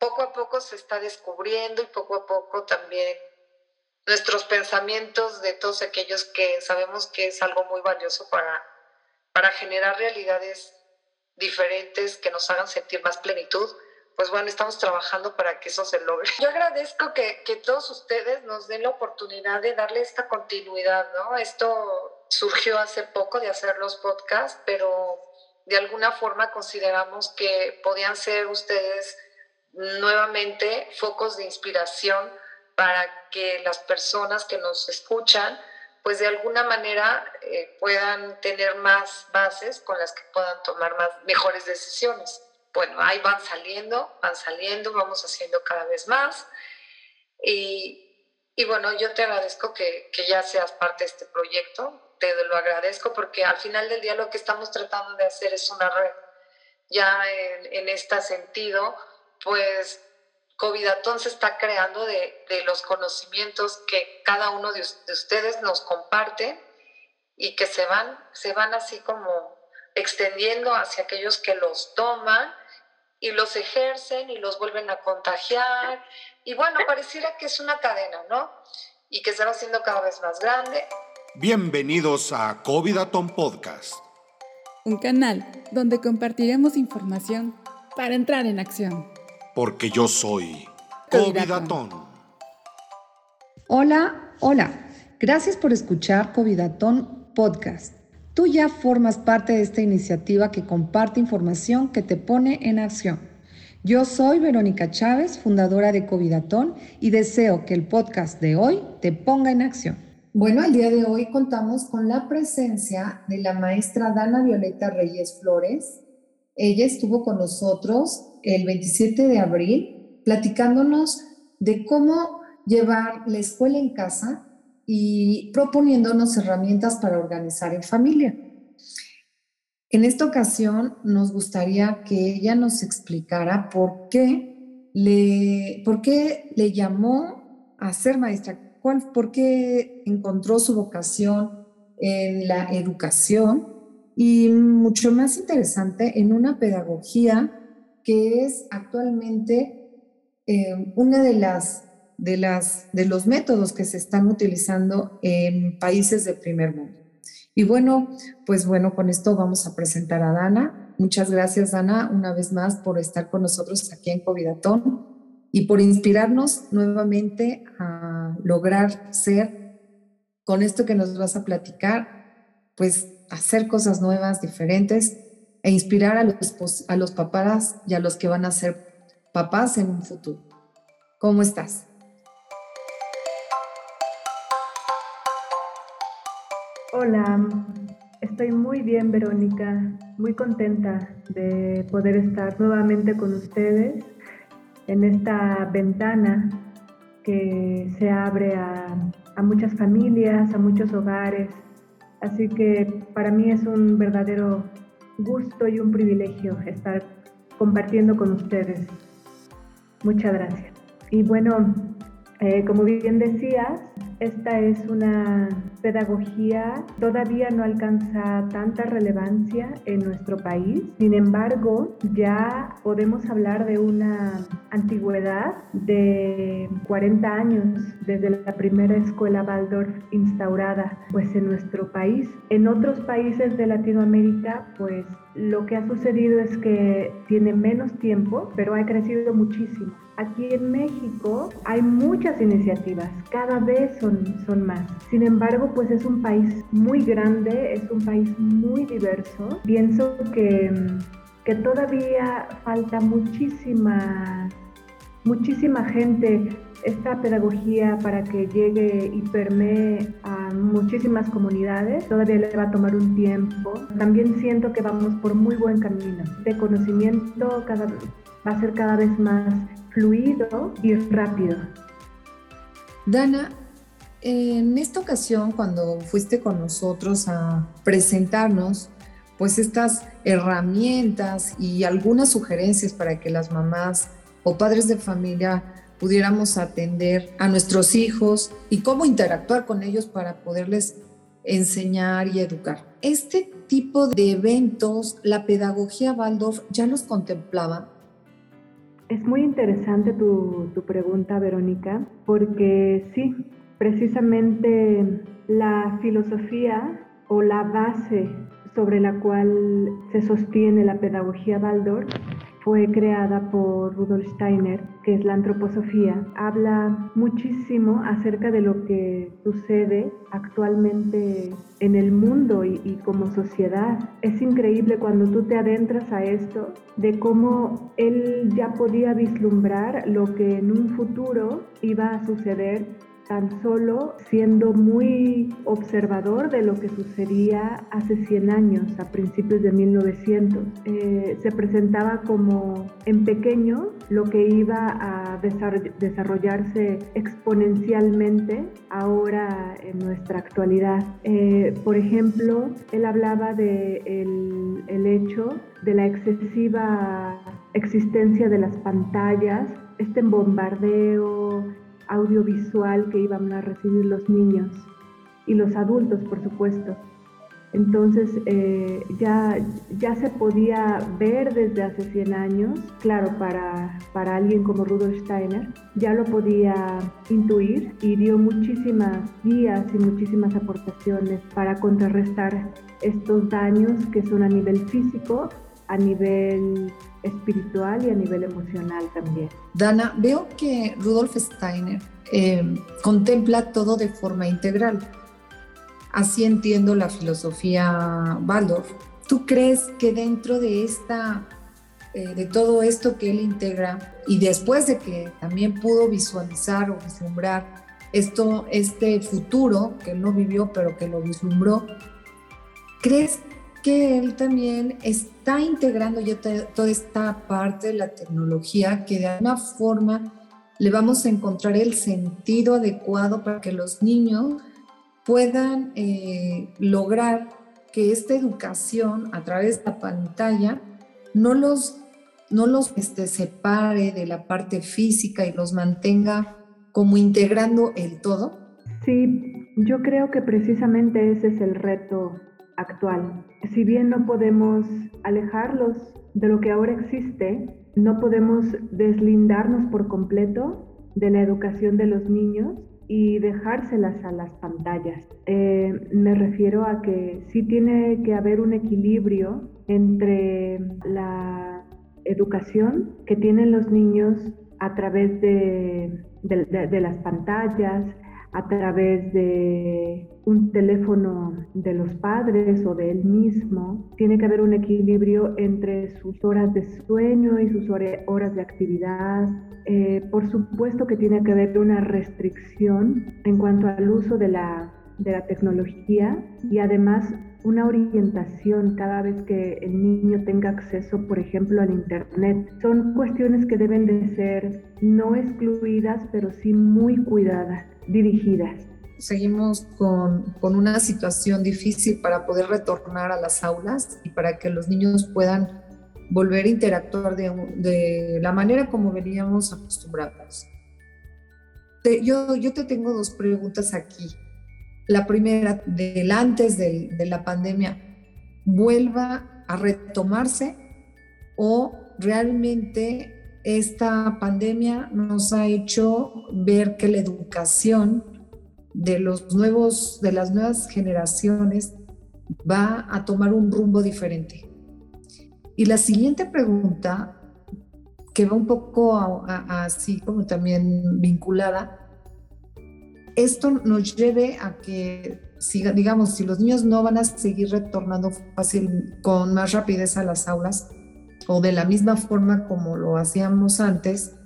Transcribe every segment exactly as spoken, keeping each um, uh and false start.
poco a poco se está descubriendo y poco a poco también nuestros pensamientos de todos aquellos que sabemos que es algo muy valioso para, para generar realidades diferentes que nos hagan sentir más plenitud, pues bueno, estamos trabajando para que eso se logre. Yo agradezco que, que todos ustedes nos den la oportunidad de darle esta continuidad, ¿no? Esto surgió hace poco de hacer los podcasts, pero de alguna forma consideramos que podían ser ustedes nuevamente focos de inspiración para que las personas que nos escuchan pues de alguna manera eh, puedan tener más bases con las que puedan tomar más, mejores decisiones. Bueno, ahí van saliendo, van saliendo, vamos haciendo cada vez más. Y, y bueno, yo te agradezco que, que ya seas parte de este proyecto, te lo agradezco porque al final del día lo que estamos tratando de hacer es una red. Ya en, en este sentido, pues Covidatón se está creando de, de los conocimientos que cada uno de, de ustedes nos comparte y que se van, se van así como extendiendo hacia aquellos que los toman y los ejercen y los vuelven a contagiar. Y bueno, pareciera que es una cadena, ¿no? Y que se va haciendo cada vez más grande. Bienvenidos a Covidatón Podcast, un canal donde compartiremos información para entrar en acción. Porque yo soy Covidatón. Hola, hola. Gracias por escuchar Covidatón Podcast. Tú ya formas parte de esta iniciativa que comparte información que te pone en acción. Yo soy Verónica Chávez, fundadora de Covidatón, y deseo que el podcast de hoy te ponga en acción. Bueno, el día de hoy contamos con la presencia de la maestra Dana Violeta Reyes Flores. Ella estuvo con nosotros el veintisiete de abril platicándonos de cómo llevar la escuela en casa y proponiéndonos herramientas para organizar en familia. En esta ocasión nos gustaría que ella nos explicara por qué le, por qué le llamó a ser maestra, cuál, por qué encontró su vocación en la educación y, mucho más interesante, en una pedagogía que es actualmente eh, una de las, de las de los métodos que se están utilizando en países de primer mundo. Y bueno, pues bueno, con esto vamos a presentar a Dana. Muchas gracias, Dana, una vez más por estar con nosotros aquí en Covidatón y por inspirarnos nuevamente a lograr ser, con esto que nos vas a platicar, pues hacer cosas nuevas, diferentes e inspirar a los, a los papás y a los que van a ser papás en un futuro. ¿Cómo estás? Hola, estoy muy bien, Verónica, muy contenta de poder estar nuevamente con ustedes en esta ventana que se abre a, a muchas familias, a muchos hogares. Así que para mí es un verdadero gusto y un privilegio estar compartiendo con ustedes. Muchas gracias. Y bueno, eh, como bien decías, esta es una pedagogía que todavía no alcanza tanta relevancia en nuestro país. Sin embargo, ya podemos hablar de una antigüedad de cuarenta años desde la primera escuela Waldorf instaurada pues, en nuestro país. En otros países de Latinoamérica, pues lo que ha sucedido es que tiene menos tiempo, pero ha crecido muchísimo. Aquí en México hay muchas iniciativas, cada vez son, son más. Sin embargo, pues es un país muy grande, es un país muy diverso. Pienso que, que todavía falta muchísima, muchísima gente esta pedagogía para que llegue y permee a muchísimas comunidades. Todavía le va a tomar un tiempo. También siento que vamos por muy buen camino. De conocimiento cada, va a ser cada vez más fluido y rápido. Dana, en esta ocasión, cuando fuiste con nosotros a presentarnos pues estas herramientas y algunas sugerencias para que las mamás o padres de familia pudiéramos atender a nuestros hijos y cómo interactuar con ellos para poderles enseñar y educar. Este tipo de eventos, la pedagogía Waldorf ya los contemplaba. Es muy interesante tu, tu pregunta, Verónica, porque sí, precisamente la filosofía o la base sobre la cual se sostiene la pedagogía Waldorf fue creada por Rudolf Steiner, que es la antroposofía. Habla muchísimo acerca de lo que sucede actualmente en el mundo y, y como sociedad. Es increíble cuando tú te adentras a esto, de cómo él ya podía vislumbrar lo que en un futuro iba a suceder, tan solo siendo muy observador de lo que sucedía hace cien años, a principios de mil novecientos. Eh, se presentaba como en pequeño lo que iba a desarrollarse exponencialmente ahora en nuestra actualidad. Eh, por ejemplo, él hablaba de el, el hecho de la excesiva existencia de las pantallas, este bombardeo audiovisual que iban a recibir los niños y los adultos, por supuesto. Entonces eh, ya, ya se podía ver desde hace cien años, claro, para, para alguien como Rudolf Steiner, ya lo podía intuir y dio muchísimas guías y muchísimas aportaciones para contrarrestar estos daños que son a nivel físico, a nivel espiritual y a nivel emocional también. Dana, veo que Rudolf Steiner eh, contempla todo de forma integral. Así entiendo la filosofía Waldorf. ¿Tú crees que dentro de esta, eh, de todo esto que él integra, y después de que también pudo visualizar o vislumbrar esto, este futuro que él no vivió pero que lo vislumbró, crees que él también está integrando ya toda esta parte de la tecnología, que de alguna forma le vamos a encontrar el sentido adecuado para que los niños puedan eh, lograr que esta educación a través de la pantalla no los, no los este, separe de la parte física y los mantenga como integrando el todo? Sí, yo creo que precisamente ese es el reto actual. Si bien no podemos alejarlos de lo que ahora existe, no podemos deslindarnos por completo de la educación de los niños y dejárselas a las pantallas. Eh, me refiero a que sí tiene que haber un equilibrio entre la educación que tienen los niños a través de, de, de, de las pantallas, a través de un teléfono de los padres o de él mismo. Tiene que haber un equilibrio entre sus horas de sueño y sus horas de actividad. Eh, por supuesto que tiene que haber una restricción en cuanto al uso de la, de la tecnología y además una orientación cada vez que el niño tenga acceso, por ejemplo, al internet. Son cuestiones que deben de ser no excluidas, pero sí muy cuidadas, dirigidas. Seguimos con, con una situación difícil para poder retornar a las aulas y para que los niños puedan volver a interactuar de, de la manera como veníamos acostumbrados. Te, yo, yo te tengo dos preguntas aquí. La primera, del antes de, de la pandemia, ¿vuelva a retomarse o realmente esta pandemia nos ha hecho ver que la educación de los nuevos, de las nuevas generaciones va a tomar un rumbo diferente? Y la siguiente pregunta, que va un poco a, a, así como también vinculada, esto nos lleve a que, si, digamos, si los niños no van a seguir retornando fácil, con más rapidez a las aulas, o de la misma forma como lo hacíamos antes,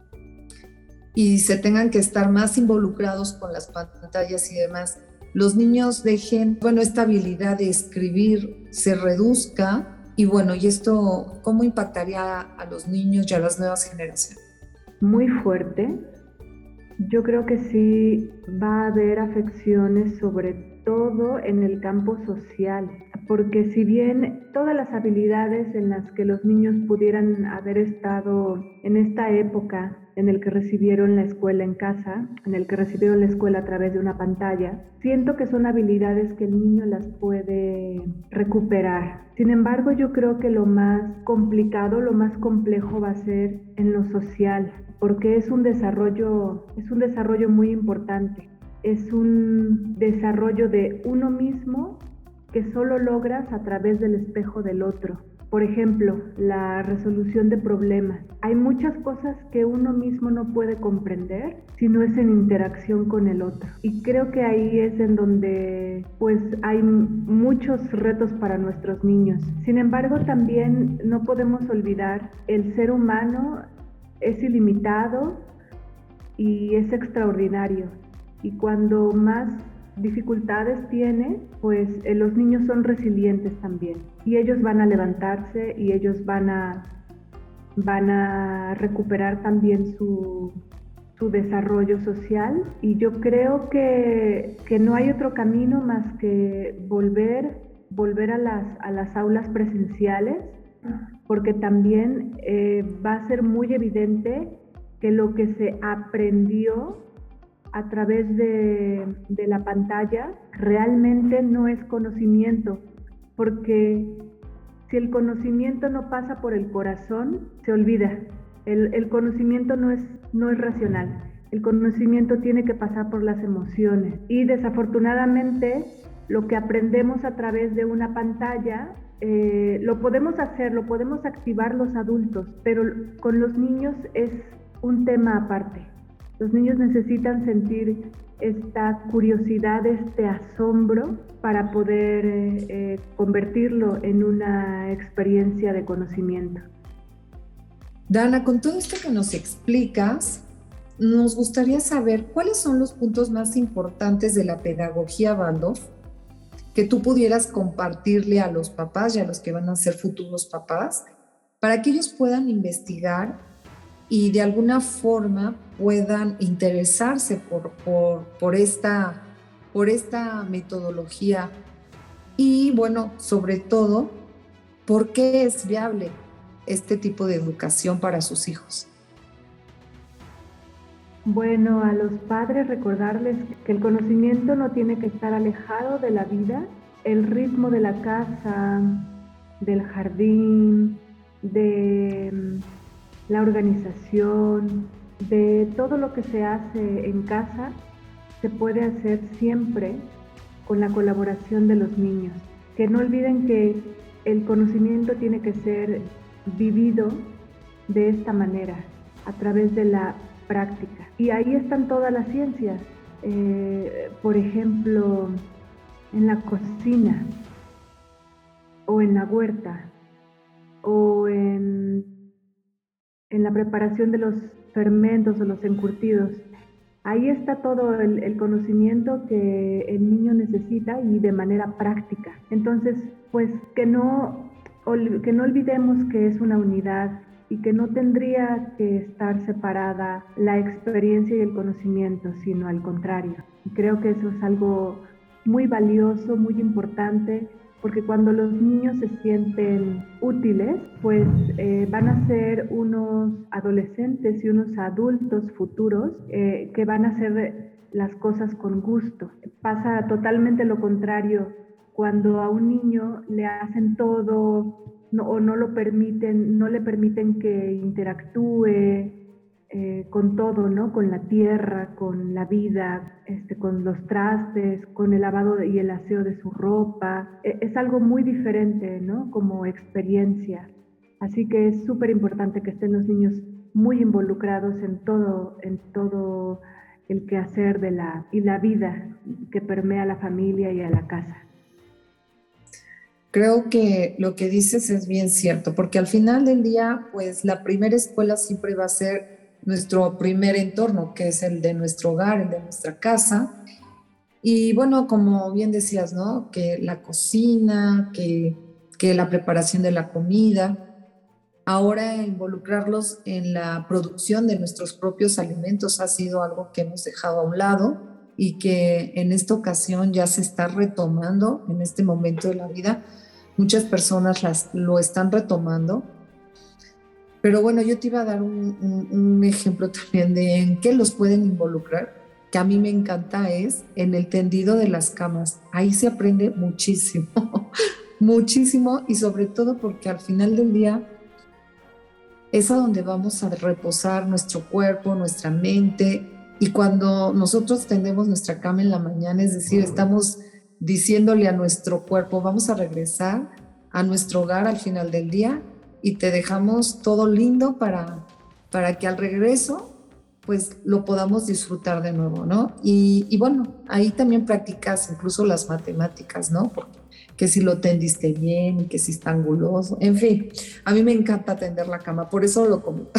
y se tengan que estar más involucrados con las pantallas y demás, los niños dejen, bueno, esta habilidad de escribir se reduzca, y bueno, ¿y esto cómo impactaría a los niños y a las nuevas generaciones? Muy fuerte. Yo creo que sí va a haber afecciones, sobre todo en el campo social, porque si bien todas las habilidades en las que los niños pudieran haber estado en esta época en el que recibieron la escuela en casa, en el que recibieron la escuela a través de una pantalla, siento que son habilidades que el niño las puede recuperar. Sin embargo, yo creo que lo más complicado, lo más complejo va a ser en lo social, porque es un desarrollo, es un desarrollo muy importante. Es un desarrollo de uno mismo que solo logras a través del espejo del otro. Por ejemplo, la resolución de problemas. Hay muchas cosas que uno mismo no puede comprender si no es en interacción con el otro. Y creo que ahí es en donde pues hay muchos retos para nuestros niños. Sin embargo, también no podemos olvidar el ser humano es ilimitado y es extraordinario. Y cuando más dificultades tiene, pues eh, los niños son resilientes también. Y ellos van a levantarse y ellos van a, van a recuperar también su, su desarrollo social. Y yo creo que, que no hay otro camino más que volver, volver a las, a las aulas presenciales, porque también eh, va a ser muy evidente que lo que se aprendió a través de, de la pantalla realmente no es conocimiento, porque si el conocimiento no pasa por el corazón, se olvida. El, el conocimiento no es, no es racional, el conocimiento tiene que pasar por las emociones y desafortunadamente lo que aprendemos a través de una pantalla eh, lo podemos hacer, lo podemos activar los adultos, pero con los niños es un tema aparte. Los niños necesitan sentir esta curiosidad, este asombro para poder eh, convertirlo en una experiencia de conocimiento. Dana, con todo esto que nos explicas, nos gustaría saber cuáles son los puntos más importantes de la pedagogía Waldorf que tú pudieras compartirle a los papás y a los que van a ser futuros papás para que ellos puedan investigar y de alguna forma puedan interesarse por, por, por, esta, por esta metodología y, bueno, sobre todo, ¿por qué es viable este tipo de educación para sus hijos? Bueno, a los padres recordarles que el conocimiento no tiene que estar alejado de la vida, el ritmo de la casa, del jardín, de la organización, de todo lo que se hace en casa, se puede hacer siempre con la colaboración de los niños. Que no olviden que el conocimiento tiene que ser vivido de esta manera, a través de la práctica. Y ahí están todas las ciencias. Eh, por ejemplo, en la cocina, o en la huerta, o en en la preparación de los fermentos o los encurtidos. Ahí está todo el, el conocimiento que el niño necesita y de manera práctica. Entonces, pues que no, que no olvidemos que es una unidad y que no tendría que estar separada la experiencia y el conocimiento, sino al contrario. Y creo que eso es algo muy valioso, muy importante, porque cuando los niños se sienten útiles, pues eh, van a ser unos adolescentes y unos adultos futuros eh, que van a hacer las cosas con gusto. Pasa totalmente lo contrario cuando a un niño le hacen todo no, o no lo permiten, no le permiten que interactúe Eh, con todo, ¿no? Con la tierra, con la vida, este, con los trastes, con el lavado y el aseo de su ropa. Eh, es algo muy diferente, ¿no? Como experiencia. Así que es súper importante que estén los niños muy involucrados en todo, en todo el quehacer de la, y la vida que permea a la familia y a la casa. Creo que lo que dices es bien cierto, porque al final del día, pues la primera escuela siempre va a ser nuestro primer entorno, que es el de nuestro hogar, el de nuestra casa. Y bueno, como bien decías, ¿no? Que la cocina, que, que la preparación de la comida. Ahora involucrarlos en la producción de nuestros propios alimentos ha sido algo que hemos dejado a un lado y que en esta ocasión ya se está retomando en este momento de la vida. Muchas personas las, lo están retomando. Pero bueno, yo te iba a dar un, un, un ejemplo también de en qué los pueden involucrar, que a mí me encanta, es en el tendido de las camas. Ahí se aprende muchísimo, muchísimo, y sobre todo porque al final del día es a donde vamos a reposar nuestro cuerpo, nuestra mente, y cuando nosotros tendemos nuestra cama en la mañana, es decir, estamos diciéndole a nuestro cuerpo, vamos a regresar a nuestro hogar al final del día, y te dejamos todo lindo para, para que al regreso pues lo podamos disfrutar de nuevo, ¿no? Y, y bueno, ahí también practicas incluso las matemáticas, ¿no? Porque que si lo tendiste bien y que si está anguloso, en fin, a mí me encanta tender la cama, por eso lo comento.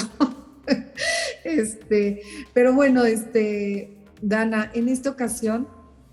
este, pero bueno, este, Dana, en esta ocasión,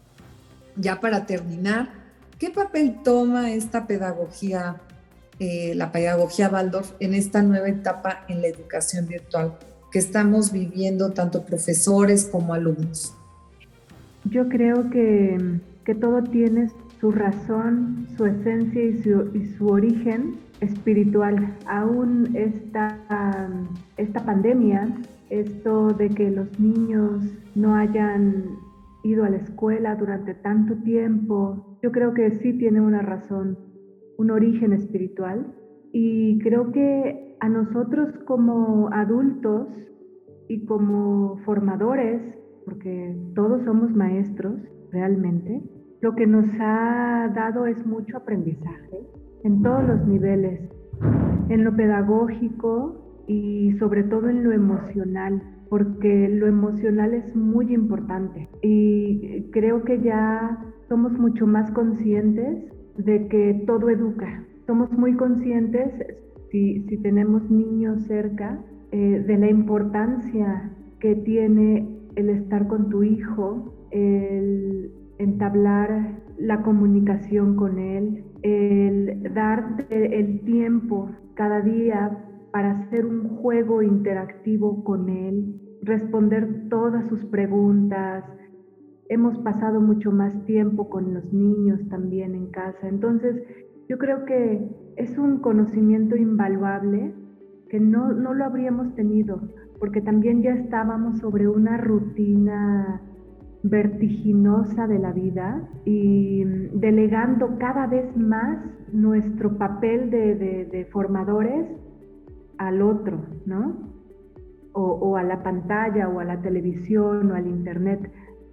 ya para terminar, ¿qué papel toma esta pedagogía Eh, la pedagogía Waldorf en esta nueva etapa en la educación virtual que estamos viviendo tanto profesores como alumnos? Yo creo que, que todo tiene su razón, su esencia y su, y su origen espiritual. Aún esta, esta pandemia, esto de que los niños no hayan ido a la escuela durante tanto tiempo, yo creo que sí tiene una razón, un origen espiritual, y creo que a nosotros como adultos y como formadores, porque todos somos maestros realmente, lo que nos ha dado es mucho aprendizaje en todos los niveles, en lo pedagógico y sobre todo en lo emocional, porque lo emocional es muy importante, y creo que ya somos mucho más conscientes de que todo educa. Somos muy conscientes, si, si tenemos niños cerca, eh, de la importancia que tiene el estar con tu hijo, el entablar la comunicación con él, el darte el tiempo cada día para hacer un juego interactivo con él, responder todas sus preguntas. Hemos pasado mucho más tiempo con los niños también en casa. Entonces, yo creo que es un conocimiento invaluable que no, no lo habríamos tenido, porque también ya estábamos sobre una rutina vertiginosa de la vida y delegando cada vez más nuestro papel de, de, de formadores al otro, ¿no? O, o a la pantalla, o a la televisión, o al internet.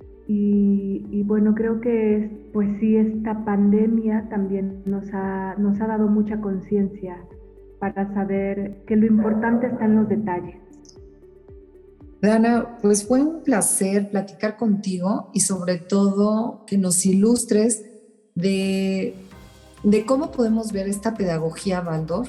Y, y bueno, creo que pues sí, esta pandemia también nos ha, nos ha dado mucha conciencia para saber que lo importante está en los detalles. Dana, pues fue un placer platicar contigo y sobre todo que nos ilustres de, de cómo podemos ver esta pedagogía Waldorf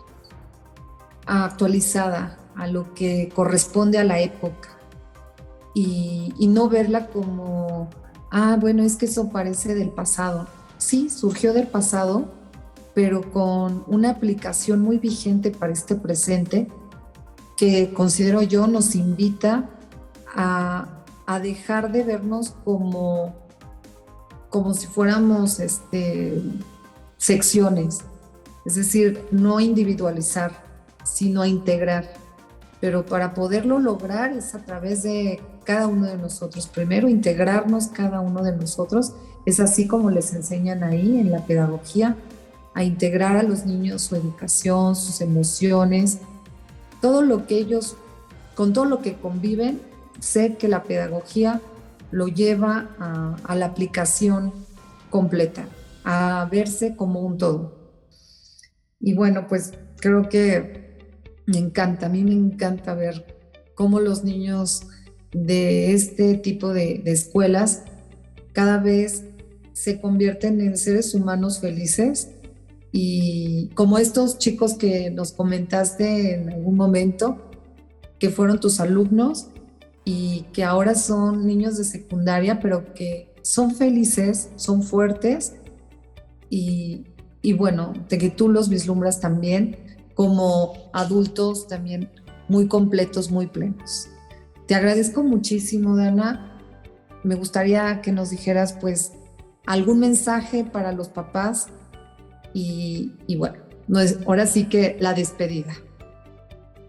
actualizada a lo que corresponde a la época. Y, y no verla como, ah, bueno, es que eso parece del pasado. Sí, surgió del pasado, pero con una aplicación muy vigente para este presente que considero yo nos invita a, a dejar de vernos como, como si fuéramos este, secciones. Es decir, no individualizar, sino a integrar. Pero para poderlo lograr es a través de cada uno de nosotros. Primero, integrarnos cada uno de nosotros. Es así como les enseñan ahí en la pedagogía, a integrar a los niños su educación, sus emociones, todo lo que ellos, con todo lo que conviven. Sé que la pedagogía lo lleva a, a la aplicación completa, a verse como un todo. Y bueno, pues creo que me encanta, a mí me encanta ver cómo los niños de este tipo de, de escuelas cada vez se convierten en seres humanos felices, y como estos chicos que nos comentaste en algún momento, que fueron tus alumnos y que ahora son niños de secundaria, pero que son felices, son fuertes y, y bueno, de que tú los vislumbras también como adultos también muy completos, muy plenos. Te agradezco muchísimo, Dana. Me gustaría que nos dijeras pues algún mensaje para los papás y, y bueno, no es, ahora sí que la despedida.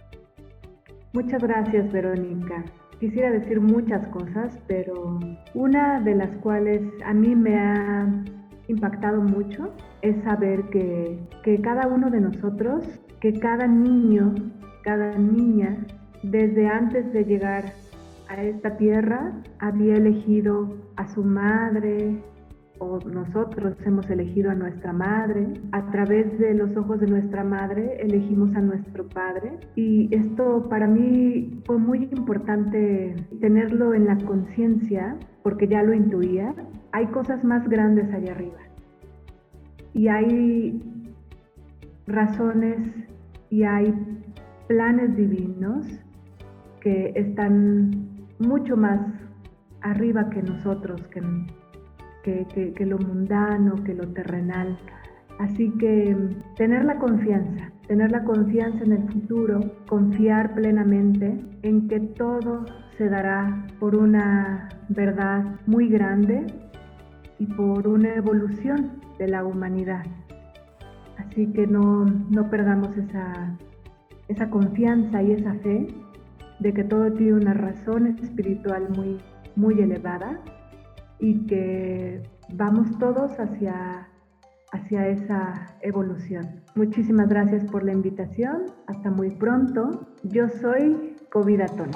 Muchas gracias, Verónica. Quisiera decir muchas cosas, pero una de las cuales a mí me ha impactado mucho es saber que, que cada uno de nosotros, que cada niño, cada niña, desde antes de llegar a esta tierra, había elegido a su madre, o nosotros hemos elegido a nuestra madre. A través de los ojos de nuestra madre elegimos a nuestro padre, y esto para mí fue muy importante tenerlo en la conciencia, porque ya lo intuía. Hay cosas más grandes allá arriba y hay razones y hay planes divinos que están mucho más arriba que nosotros, que Que, que, que lo mundano, que lo terrenal. Así que tener la confianza, tener la confianza en el futuro, confiar plenamente en que todo se dará por una verdad muy grande y por una evolución de la humanidad. Así que no, no perdamos esa, esa confianza y esa fe de que todo tiene una razón espiritual muy, muy elevada, y que vamos todos hacia, hacia esa evolución. Muchísimas gracias por la invitación. Hasta muy pronto. Yo soy Covidatón.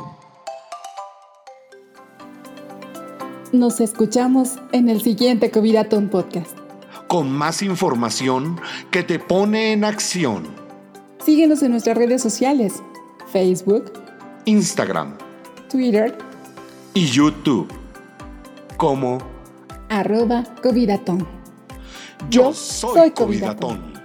Nos escuchamos en el siguiente Covidatón Podcast. Con más información que te pone en acción. Síguenos en nuestras redes sociales: Facebook, Instagram, Twitter y YouTube. Como arroba Covidatón. Yo soy Covidatón.